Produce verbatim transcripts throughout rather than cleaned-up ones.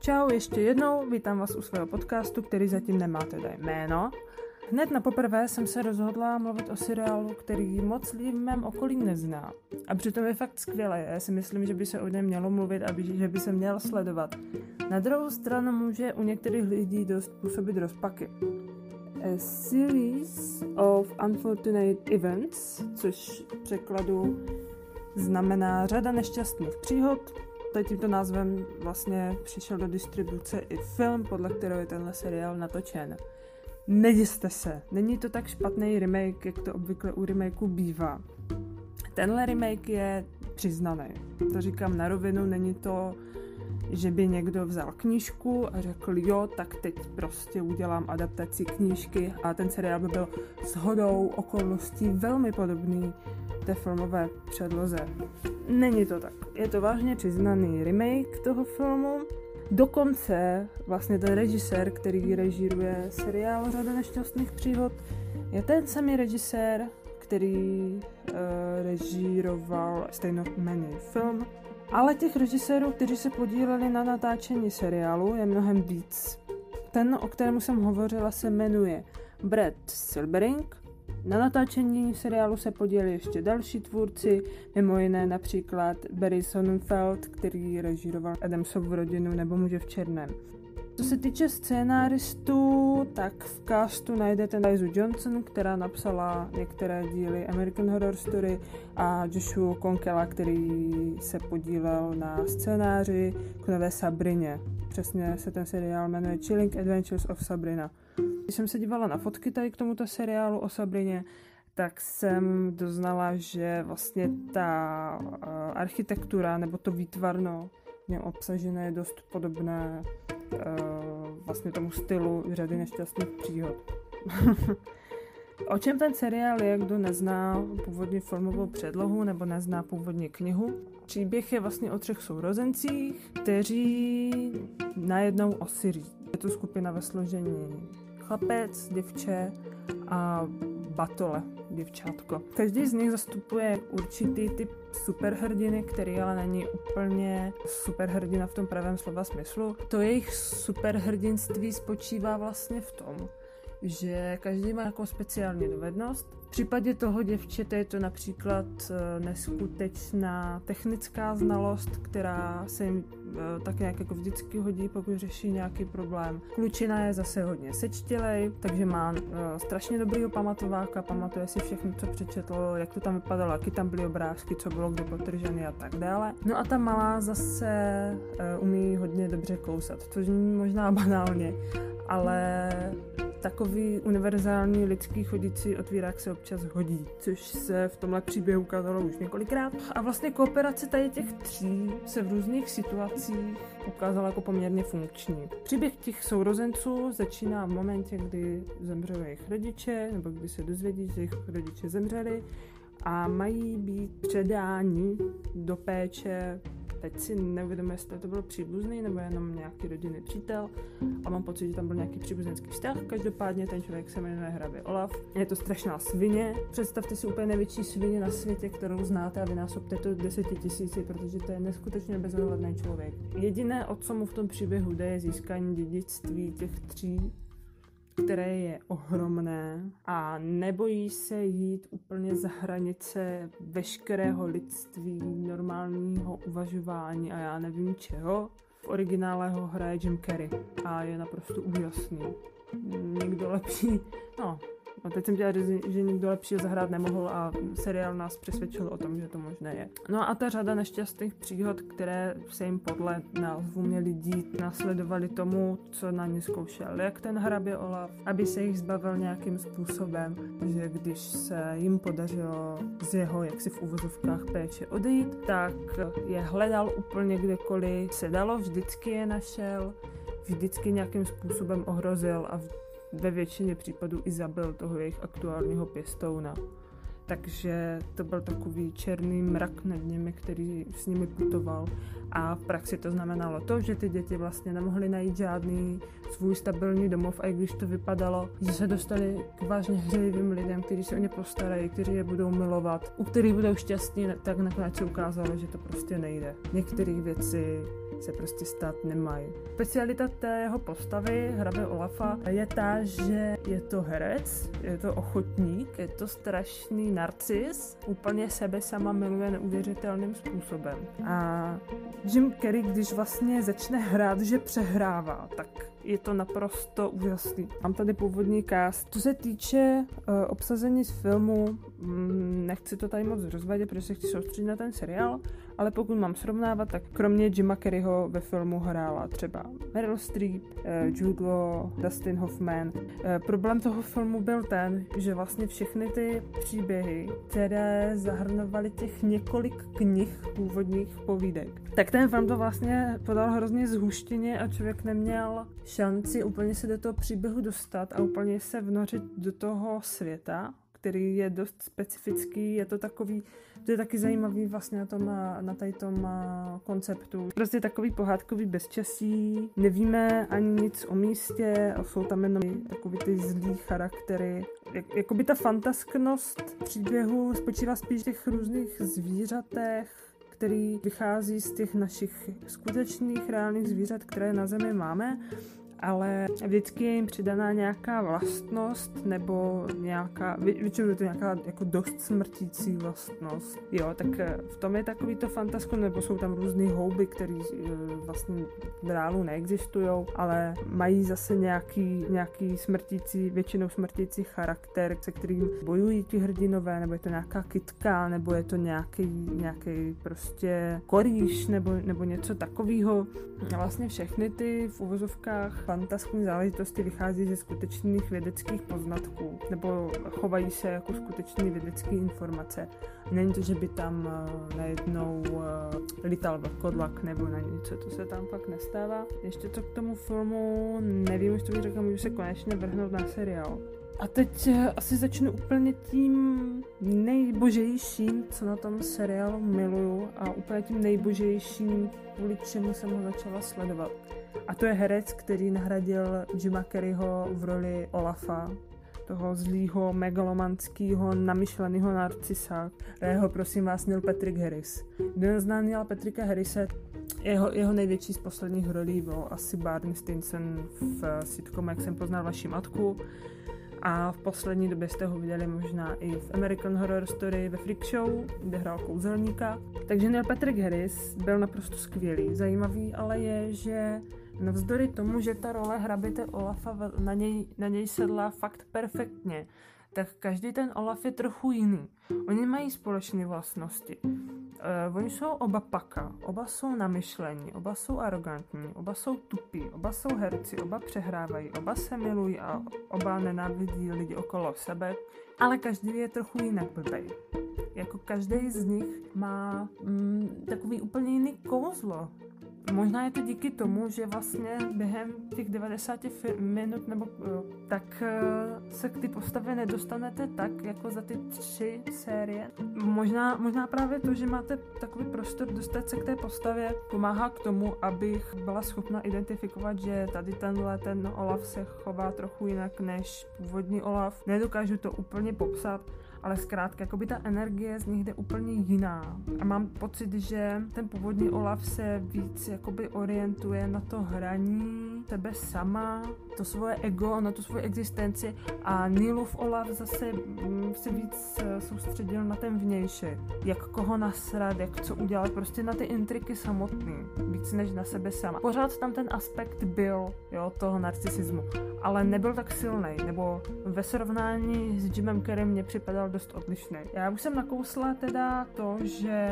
Čau, ještě jednou, vítám vás u svého podcastu, který zatím nemá teda jméno. Hned na poprvé jsem se rozhodla mluvit o seriálu, který moc lidí v mém okolí nezná. A přitom je fakt skvělý, já si myslím, že by se o něm mělo mluvit a že by se měl sledovat. Na druhou stranu může u některých lidí dost působit rozpaky. A series of unfortunate events, což v překladu znamená řada nešťastných příhod. Tady tímto názvem vlastně přišel do distribuce i film, podle kterého je tenhle seriál natočen. Neděste se, není to tak špatný remake, jak to obvykle u remakeů bývá. Tenhle remake je přiznaný. To říkám na rovinu, není to, že by někdo vzal knížku a řekl, jo, tak teď prostě udělám adaptaci knížky a ten seriál by byl shodou okolností velmi podobný té filmové předloze. Není to tak. Je to vážně přiznaný remake toho filmu. Dokonce vlastně ten režisér, který režíruje seriál Řada nešťastných příhod, je ten samý režisér, který uh, režíroval stejnojmenný film. Ale těch režisérů, kteří se podíleli na natáčení seriálu, je mnohem víc. Ten, o kterému jsem hovořila, se jmenuje Brad Silberling. Na natáčení seriálu se podíleli ještě další tvůrci, mimo jiné například Barry Sonnenfeld, který režíroval Adamsovu rodinu nebo Muže v černém. Co se týče scénáristů, tak v castu najdete Lizu Johnson, která napsala některé díly American Horror Story, a Joshua Konkela, který se podílel na scénáři k nové Sabrině. Přesně se ten seriál jmenuje Chilling Adventures of Sabrina. Když jsem se dívala na fotky tady k tomuto seriálu o Sabrině, tak jsem doznala, že vlastně ta uh, architektura nebo to výtvarno v něm obsažené je dost podobné uh, vlastně tomu stylu Řady nešťastných příhod. O čem ten seriál je, kdo nezná původní filmovou předlohu nebo nezná původní knihu? Příběh je vlastně o třech sourozencích, kteří najednou osiří. Je to skupina ve složení chlapec, děvče a batole, děvčátko. Každý z nich zastupuje určitý typ superhrdiny, který ale není úplně superhrdina v tom pravém slova smyslu. To jejich superhrdinství spočívá vlastně v tom, že každý má jako speciální dovednost. V případě toho děvčete je to například neskutečná technická znalost, která se jim tak nějak jako vždycky hodí, pokud řeší nějaký problém. Klučina je zase hodně sečtělej, takže má uh, strašně dobrýho pamatováka, pamatuje si všechno, co přečetlo, jak to tam vypadalo, jaký tam byly obrázky, co bylo kde potržený a tak dále. No a ta malá zase uh, umí hodně dobře kousat, což zní možná banálně, ale takový univerzální lidský chodící otvírák se občas hodí, což se v tomhle příběhu ukázalo už několikrát. A vlastně kooperace tady těch tří se v různých situacích ukázala jako poměrně funkční. Příběh těch sourozenců začíná v momentě, kdy zemřeli jejich rodiče, nebo kdy se dozvědí, že jejich rodiče zemřeli a mají být předáni do péče. Teď si neuvědomuji, jestli to byl příbuzný nebo jenom nějaký rodinný přítel, a mám pocit, že tam byl nějaký příbuzenský vztah. Každopádně ten člověk se jmenuje hrabě Olaf. Je to strašná svině. Představte si úplně největší svině na světě, kterou znáte, a vynásobte to desetitisíci, protože to je neskutečně bezohledný člověk. Jediné, o co mu v tom příběhu jde, je získání dědictví těch tří, které je ohromné a nebojí se jít úplně za hranice veškerého lidství, normálního uvažování a já nevím čeho. V originále ho hraje Jim Carrey a je naprosto úžasný. Někdo lepší, no, no teď jsem chtěla říct, že nikdo lepší zahrát nemohl a seriál nás přesvědčil o tom, že to možné je. No a ta řada nešťastných příhod, které se jim podle názvu měly dít, následovali tomu, co na ně zkoušel jak ten hrabě Olaf, aby se jich zbavil nějakým způsobem, že když se jim podařilo z jeho, jaksi v uvozovkách, péče odejít, tak je hledal úplně kdekoliv se dalo, vždycky je našel, vždycky nějakým způsobem ohrozil a ve většině případů i zabil toho jejich aktuálního pěstouna. Takže to byl takový černý mrak nad nimi, který s nimi putoval. A v praxi to znamenalo to, že ty děti vlastně nemohly najít žádný svůj stabilní domov, a i když to vypadalo, že se dostali k vážně hřejivým lidem, kteří se o ně postarají, kteří je budou milovat, u kterých budou šťastní, tak nakonec se ukázalo, že to prostě nejde. Některé věci se prostě stát nemají. Specialita té jeho postavy, hrabě Olafa, je ta, že je to herec, je to ochotník, je to strašný narcis, úplně sebe sama miluje neuvěřitelným způsobem. A Jim Carrey, když vlastně začne hrát, že přehrává, tak je to naprosto úžasný. Mám tady původní cast. Co se týče uh, obsazení z filmu, mm, nechci to tady moc rozvádět, protože se chci soustředit na ten seriál, ale pokud mám srovnávat, tak kromě Jima Carreyho ve filmu hrála třeba Meryl Streep, uh, Jude Law, Dustin Hoffman. Uh, problém toho filmu byl ten, že vlastně všechny ty příběhy, které zahrnovaly těch několik knih původních povídek, tak ten film to vlastně podal hrozně zhuštěně a člověk neměl šanci úplně se do toho příběhu dostat a úplně se vnořit do toho světa, který je dost specifický, je to takový, to je taky zajímavý vlastně na tom, na tady tom konceptu. Prostě takový pohádkový bezčasí, nevíme ani nic o místě, jsou tam jenom takový ty zlý charaktery. Jak, jakoby ta fantasknost příběhu spočívá spíš v těch různých zvířatech, který vychází z těch našich skutečných reálných zvířat, které na Zemi máme, ale vždycky je jim přidaná nějaká vlastnost nebo nějaká, většinou je to nějaká jako dost smrtící vlastnost. Jo, tak v tom je takový to fantasko, nebo jsou tam různý houby, které vlastně v reálu neexistují, ale mají zase nějaký, nějaký smrtící, většinou smrtící charakter, se kterým bojují ti hrdinové, nebo je to nějaká kytka, nebo je to nějaký, nějaký prostě korýš, nebo, nebo něco takového. A vlastně všechny ty v uvozovkách fantaskní záležitosti vychází ze skutečných vědeckých poznatků, nebo chovají se jako skutečné vědecké informace. Není to, že by tam uh, najednou uh, lítal vlkodlak nebo na něco, to se tam fakt nestává. Ještě co k tomu filmu, nevím, už to bych řekla, můžu se konečně vrhnout na seriál. A teď uh, asi začnu úplně tím nejbožejším, co na tom seriálu miluju a úplně tím nejbožejším, kvůli čemu jsem ho začala sledovat. A to je herec, který nahradil Jima Carreyho v roli Olafa, toho zlýho, megalomanského, namyšleného narcisa. Jeho, prosím vás, Neil Patrick Harris. Kdo nezná Neila Patricka Harrise, jeho, jeho největší z posledních rolí byl asi Barney Stinson v sitcomu Jak jsem poznal vaši matku. A v poslední době jste ho viděli možná i v American Horror Story ve Freak Show, kde hrál kouzelníka. Takže Neil Patrick Harris byl naprosto skvělý. Zajímavý ale je, že navzdory tomu, že ta role hraběte Olafa na něj, na něj sedla fakt perfektně, tak každý ten Olaf je trochu jiný. Oni mají společné vlastnosti. Uh, oni jsou oba paka, oba jsou namyšlení, oba jsou arrogantní, oba jsou tupí, oba jsou herci, oba přehrávají, oba se milují a oba nenávidí lidi okolo sebe, ale každý je trochu jinak blbej. Jako každý z nich má mm, takový úplně jiný kouzlo. Možná je to díky tomu, že vlastně během těch devadesáti minut nebo tak se k ty postavě nedostanete tak, jako za ty tři série. Možná, možná právě to, že máte takový prostor dostat se k té postavě, pomáhá k tomu, abych byla schopna identifikovat, že tady tenhle ten Olaf se chová trochu jinak než původní Olaf. Nedokážu to úplně popsat, ale zkrátka, jakoby ta energie z nich jde úplně jiná. A mám pocit, že ten původní Olaf se víc jakoby orientuje na to hraní sebe sama, to svoje ego, na tu svoji existenci, a Neilův Olaf zase se víc soustředil na ten vnějšek. Jak koho nasrat, jak co udělat, prostě na ty intriky samotný, víc než na sebe sama. Pořád tam ten aspekt byl, jo, toho narcisismu, ale nebyl tak silný, nebo ve srovnání s Jimem Carreyem mě připadal dost odlišný. Já už jsem nakousla teda to, že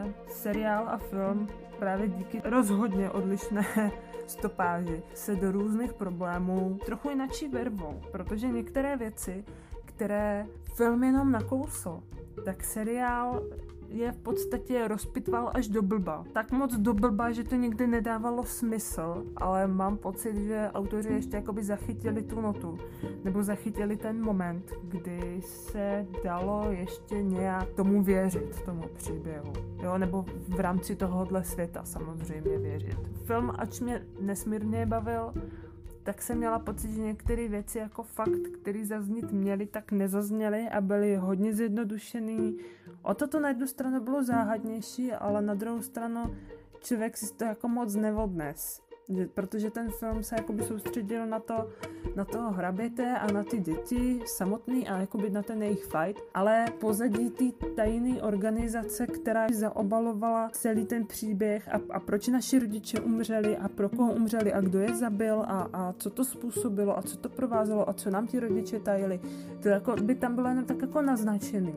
seriál a film právě díky rozhodně odlišné stopáži se do různých problémů trochu jinačí vervou, protože některé věci, které film jenom nakousl, tak seriál je v podstatě rozpitval až do blba. Tak moc do blba, že to nikdy nedávalo smysl, ale mám pocit, že autoři ještě jakoby zachytili tu notu, nebo zachytili ten moment, kdy se dalo ještě nějak tomu věřit, tomu příběhu. Jo, nebo v rámci tohohle světa samozřejmě věřit. Film, ač mě nesmírně bavil, tak jsem měla pocit, že některé věci jako fakt, které zaznít měly, tak nezazněly a byly hodně zjednodušený. O to to na jednu stranu bylo záhadnější, ale na druhou stranu člověk si to jako moc neodnes. Že, protože ten film se jakoby soustředil na to, na toho hraběte a na ty děti samotný a jakoby na ten jejich fight, ale pozadí té tajné organizace, která zaobalovala celý ten příběh a, a proč naši rodiče umřeli a pro koho umřeli a kdo je zabil a, a co to způsobilo a co to provázelo a co nám ti rodiče tajili, to jako by tam bylo jenom tak jako naznačený.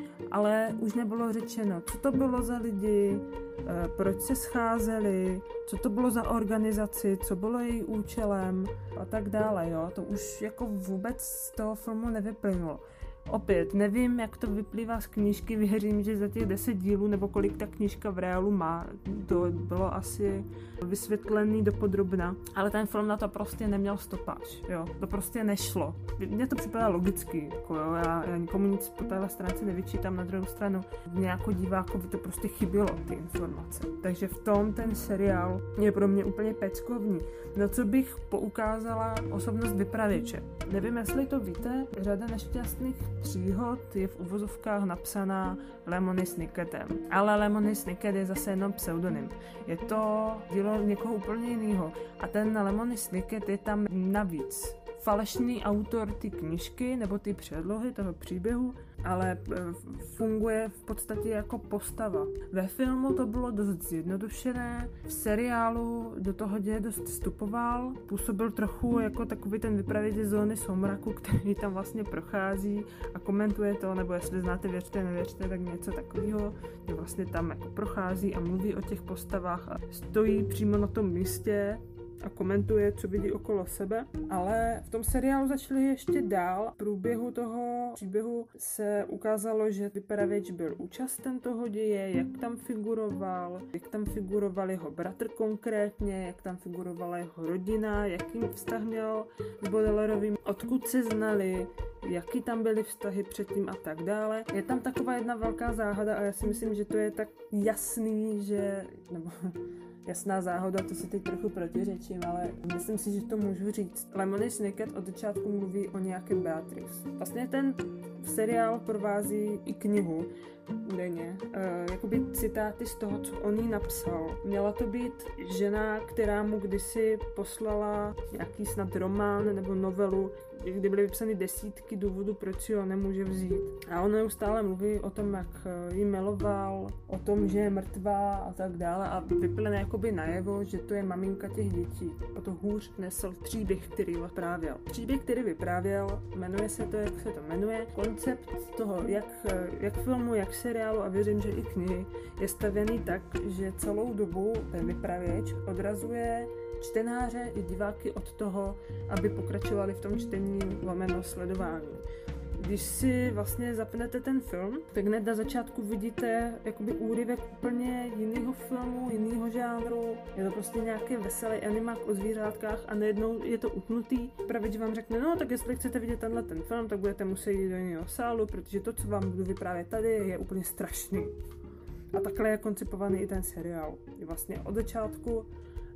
Ale už nebylo řečeno, co to bylo za lidi, proč se scházeli, co to bylo za organizaci, co bylo její účelem a tak dále, jo. To už jako vůbec z toho filmu nevyplynulo. Opět, nevím, jak to vyplývá z knížky, věřím, že za těch deset dílů, nebo kolik ta knížka v reálu má, to bylo asi vysvětlený dopodrobna, ale ten film na to prostě neměl stopáž, jo, to prostě nešlo. Mně to připadá logicky, jako jo, já, já nikomu nic po téhle stránce nevyčítám, na druhou stranu mě jako divákovi to prostě chybělo, ty informace. Takže v tom ten seriál je pro mě úplně peckovní. Na co bych poukázala osobnost vypravěče. Nevím, jestli to víte, řada nešťastných příhod je v uvozovkách napsaná Lemony Snicketem. Ale Lemony Snicket je zase jenom pseudonym. Je to dílo někoho úplně jiného. A ten Lemony Snicket je tam navíc falešný autor ty knížky nebo ty předlohy toho příběhu, ale funguje v podstatě jako postava. Ve filmu to bylo dost zjednodušené, v seriálu do toho děje dost vstupoval, působil trochu jako takový ten vypravěč ze zóny soumraku, který tam vlastně prochází a komentuje to, nebo jestli znáte, věřte, nevěřte, tak něco takového, že vlastně tam jako prochází a mluví o těch postavách a stojí přímo na tom místě a komentuje, co vidí okolo sebe, ale v tom seriálu začali ještě dál. V průběhu toho příběhu se ukázalo, že vypravěč byl účasten toho děje, jak tam figuroval, jak tam figuroval jeho bratr konkrétně, jak tam figurovala jeho rodina, jaký vztah měl s Baudelairovým, odkud se znali, jaký tam byly vztahy předtím a tak dále. Je tam taková jedna velká záhada a já si myslím, že to je tak jasný, že... nebo jasná záhoda, to si teď trochu protiřečím, ale myslím si, že to můžu říct. Lemony Snicket od začátku mluví o nějaké Beatrice. Vlastně ten seriál provází i knihu, údajně, e, jakoby citáty z toho, co on jí napsal. Měla to být žena, která mu kdysi poslala nějaký snad román nebo novelu, kdy byly vypsány desítky důvodů, proč si ho nemůže vzít. A on neustále mluví o tom, jak ji miloval, o tom, že je mrtvá a tak dále a vyplyne jakoby najevo, že to je maminka těch dětí. O to hůř nesl příběh, který vyprávěl. Příběh, který vyprávěl, jmenuje se to, jak se to jmenuje. Koncept toho, jak, jak filmu, jak seriálu a věřím, že i knihy, je stavěný tak, že celou dobu ten vypravěč odrazuje čtenáře i diváky od toho, aby pokračovali v tom čtení lomeno sledování. Když si vlastně zapnete ten film, tak hned na začátku vidíte jakoby úryvek úplně jiného filmu, jiného žánru. Je to prostě nějaký veselý animák o zvířátkách a najednou je to utnutý. Pravič vám řekne, no tak jestli chcete vidět tenhle ten film, tak budete muset jít do jiného sálu, protože to, co vám budu vyprávět tady, je úplně strašný. A takhle je koncipovaný i ten seriál. Je vlastně od začátku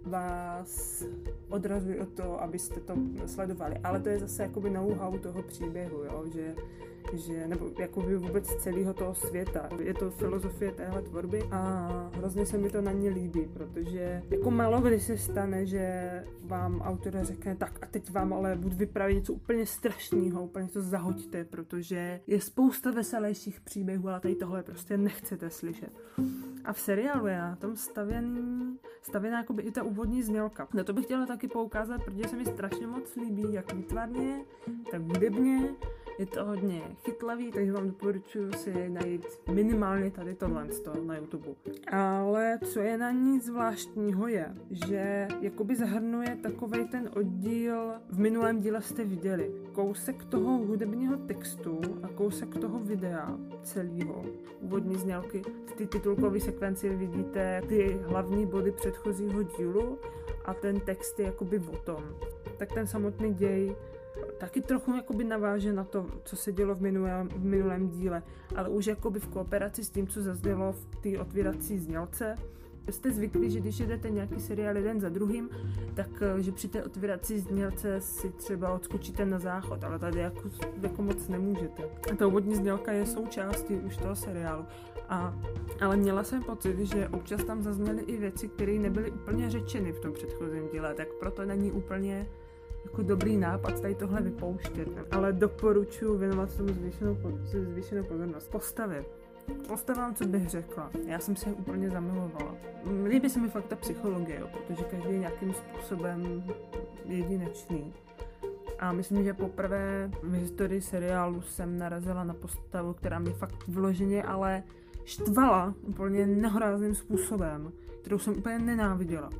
vás odrazuje od toho, abyste to sledovali. Ale to je zase jakoby know-how toho příběhu, jo? Že, že, nebo jakoby vůbec celého toho světa. Je to filozofie téhle tvorby a hrozně se mi to na ní líbí, protože jako málo kdy se stane, že vám autor řekne, tak a teď vám ale budu vyprávět něco úplně strašného, úplně to zahoďte, protože je spousta veselějších příběhů, ale tady tohle prostě nechcete slyšet. A v seriálu je na tom stavěný, stavěná jakoby i ta úvodní znělka. Na to bych chtěla taky poukázat, protože se mi strašně moc líbí, jak výtvarně, tak hudebně. Je to hodně chytlavý, takže vám doporučuji si najít minimálně tady tohle na YouTube. Ale co je na ní zvláštního je, že jakoby zahrnuje takovej ten oddíl, v minulém díle jste viděli, kousek toho hudebního textu a kousek toho videa celého, úvodní znělky. V té titulkové sekvenci vidíte ty hlavní body předchozího dílu a ten text je jakoby o tom. Tak ten samotný děj taky trochu jakoby naváže na to, co se dělo v minulém, v minulém díle, ale už jakoby v kooperaci s tím, co zaznělo v té otvírací znělce, Jste zvyklí, že když jedete nějaký seriál jeden za druhým, tak že při té otvírací znělce si třeba odskočíte na záchod, ale tady jako, jako moc nemůžete. A ta úvodní znělka je součástí už toho seriálu. A, ale měla jsem pocit, že občas tam zazněly i věci, které nebyly úplně řečeny v tom předchozím díle, tak proto není úplně jako dobrý nápad tady tohle vypouštět. Ale doporučuji věnovat tomu zvýšenou, zvýšenou pozornost. Postavy. Postavám, co bych řekla. Já jsem se úplně zamilovala. Líbí se mi fakt ta psychologie, jo, protože každý je nějakým způsobem jedinečný. A myslím, že poprvé v historii seriálu jsem narazila na postavu, která mě fakt vloženě ale štvala úplně nehorázným způsobem, kterou jsem úplně nenáviděla.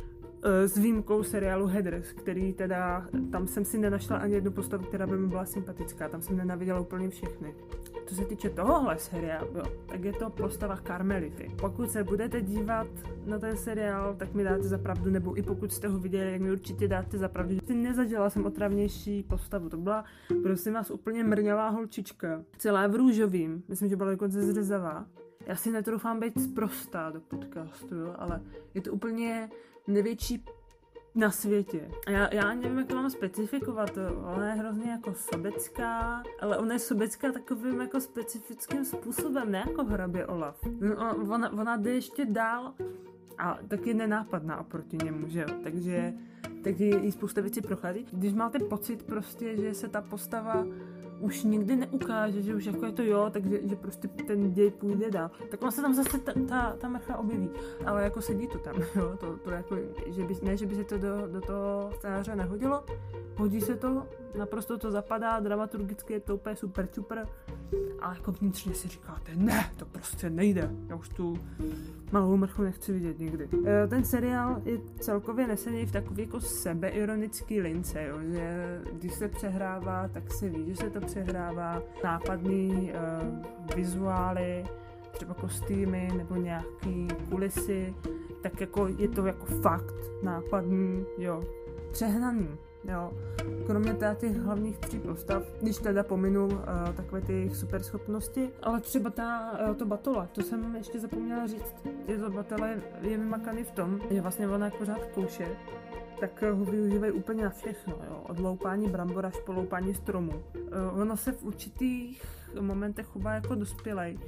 S výjimkou seriálu Heathers, který teda, tam jsem si nenašla ani jednu postavu, která by mi byla sympatická, tam jsem nenáviděla úplně všechny. Co se týče tohohle seriálu, jo, tak je to postava Carmelity. Pokud se budete dívat na ten seriál, tak mi dáte za pravdu, nebo i pokud jste ho viděli, tak mi určitě dáte za pravdu, že nezažila jsem otravnější postavu. To byla, prosím vás, úplně mrňavá holčička. Celá v růžovým, myslím, že byla dokonce zřezavá. Já si netroufám být sprostá do podcastu, jo, ale je to úplně největší na světě. Já, já nevím, jak to mám specifikovat, ona je hrozně jako sobecká, ale ona je sobecká takovým jako specifickým způsobem, ne jako hrabě Olaf. Ona, ona jde ještě dál a taky nenápadná oproti němu, že jo, takže taky jí spousta věcí prochází. Když máte pocit prostě, že se ta postava už nikdy neukáže, že už jako je to jo, takže že prostě ten děj půjde dál. Tak on se tam zase ta, ta, ta mrcha objeví, ale jako sedí to tam, jo, to, to jako, že by, ne, že by se to do, do toho scénáře nehodilo, hodí se to, naprosto to zapadá, dramaturgicky je to úplně super, super, ale jako vnitřně si říkáte, ne, to prostě nejde, já už tu malou mrchu nechci vidět nikdy. Ten seriál je celkově nesený v takový jako sebeironický lince, jo, že když se přehrává, tak se ví, že se to přehrává, nápadný uh, vizuály, třeba kostýmy nebo nějaký kulisy, tak jako je to jako fakt nápadný, jo, přehnaný. Jo, kromě teda těch hlavních tří postav, když teda pominu uh, takové ty jejich superschopnosti, ale třeba ta, uh, to batola, to jsem ještě zapomněla říct, je to batole je vymakaný v tom, že vlastně ona jak pořád kouše, tak ho využívají úplně na všechno, jo, od loupání brambor až po loupání stromů. Uh, ono se v určitých momentech chová jako dospělej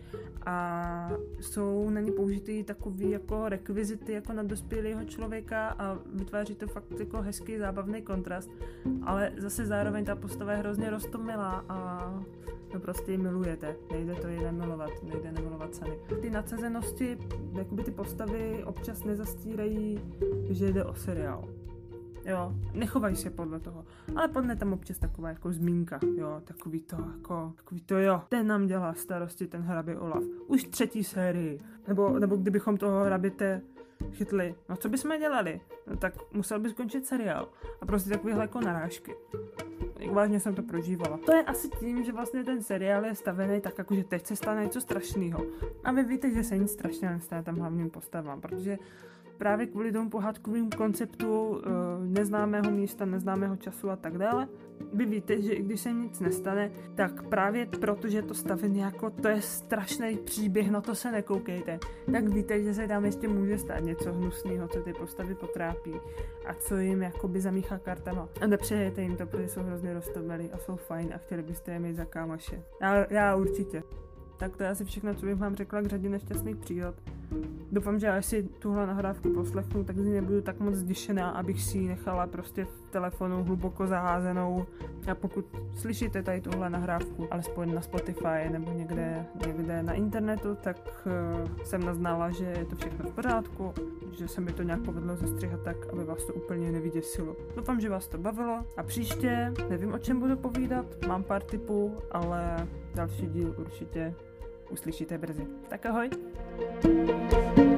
a jsou na ně použitý takový jako rekvizity jako na dospělého člověka a vytváří to fakt jako hezký zábavný kontrast, ale zase zároveň ta postava je hrozně roztomilá a no prostě ji milujete, nejde to ji nemilovat, nejde nemilovat sami. Ty nadsazenosti, jakoby ty postavy občas nezastírají, že jde o seriál. Jo, nechovají se podle toho, ale podle tam občas taková jako zmínka, jo, takový to jako, takový to jo, ten nám dělá starosti, ten hrabě Olaf, už třetí sérii, nebo, nebo kdybychom toho hraběte chytli, no co bychom dělali, no tak musel by skončit seriál a prostě takovýhle jako narážky. Jak vážně jsem to prožívala. To je asi tím, že vlastně ten seriál je stavený tak, jako že teď se stane něco strašného. A vy víte, že se nic strašného nestane tam hlavním postavám, protože právě kvůli tomu pohádkovému konceptu uh, neznámého místa, neznámého času a tak dále. Vy víte, že i když se nic nestane, tak právě protože je to stavený jako to je strašný příběh, na to se nekoukejte, tak víte, že se tam ještě může stát něco hnusného, co ty postavy potrápí a co jim jakoby zamíchá kartama. A nepřejete jim to, protože jsou hrozně roztomilí a jsou fajn a chtěli byste je mít za kámoše. Já, já určitě. Tak to je asi všechno, co bych vám řekla k řadě nešťastných příhod. Doufám, že až si tuhle nahrávku poslechnu, tak z ní nebudu tak moc zděšená, abych si ji nechala prostě v telefonu hluboko zaházenou. A pokud slyšíte tady tuhle nahrávku, alespoň na Spotify nebo někde, někde na internetu, tak uh, jsem naznala, že je to všechno v pořádku, že se mi to nějak povedlo zestřihat tak, aby vás to úplně nevyděsilo. Doufám, že vás to bavilo a příště nevím, o čem budu povídat, mám pár tipů, ale další díl určitě uslyšíte brzy. Tak ahoj!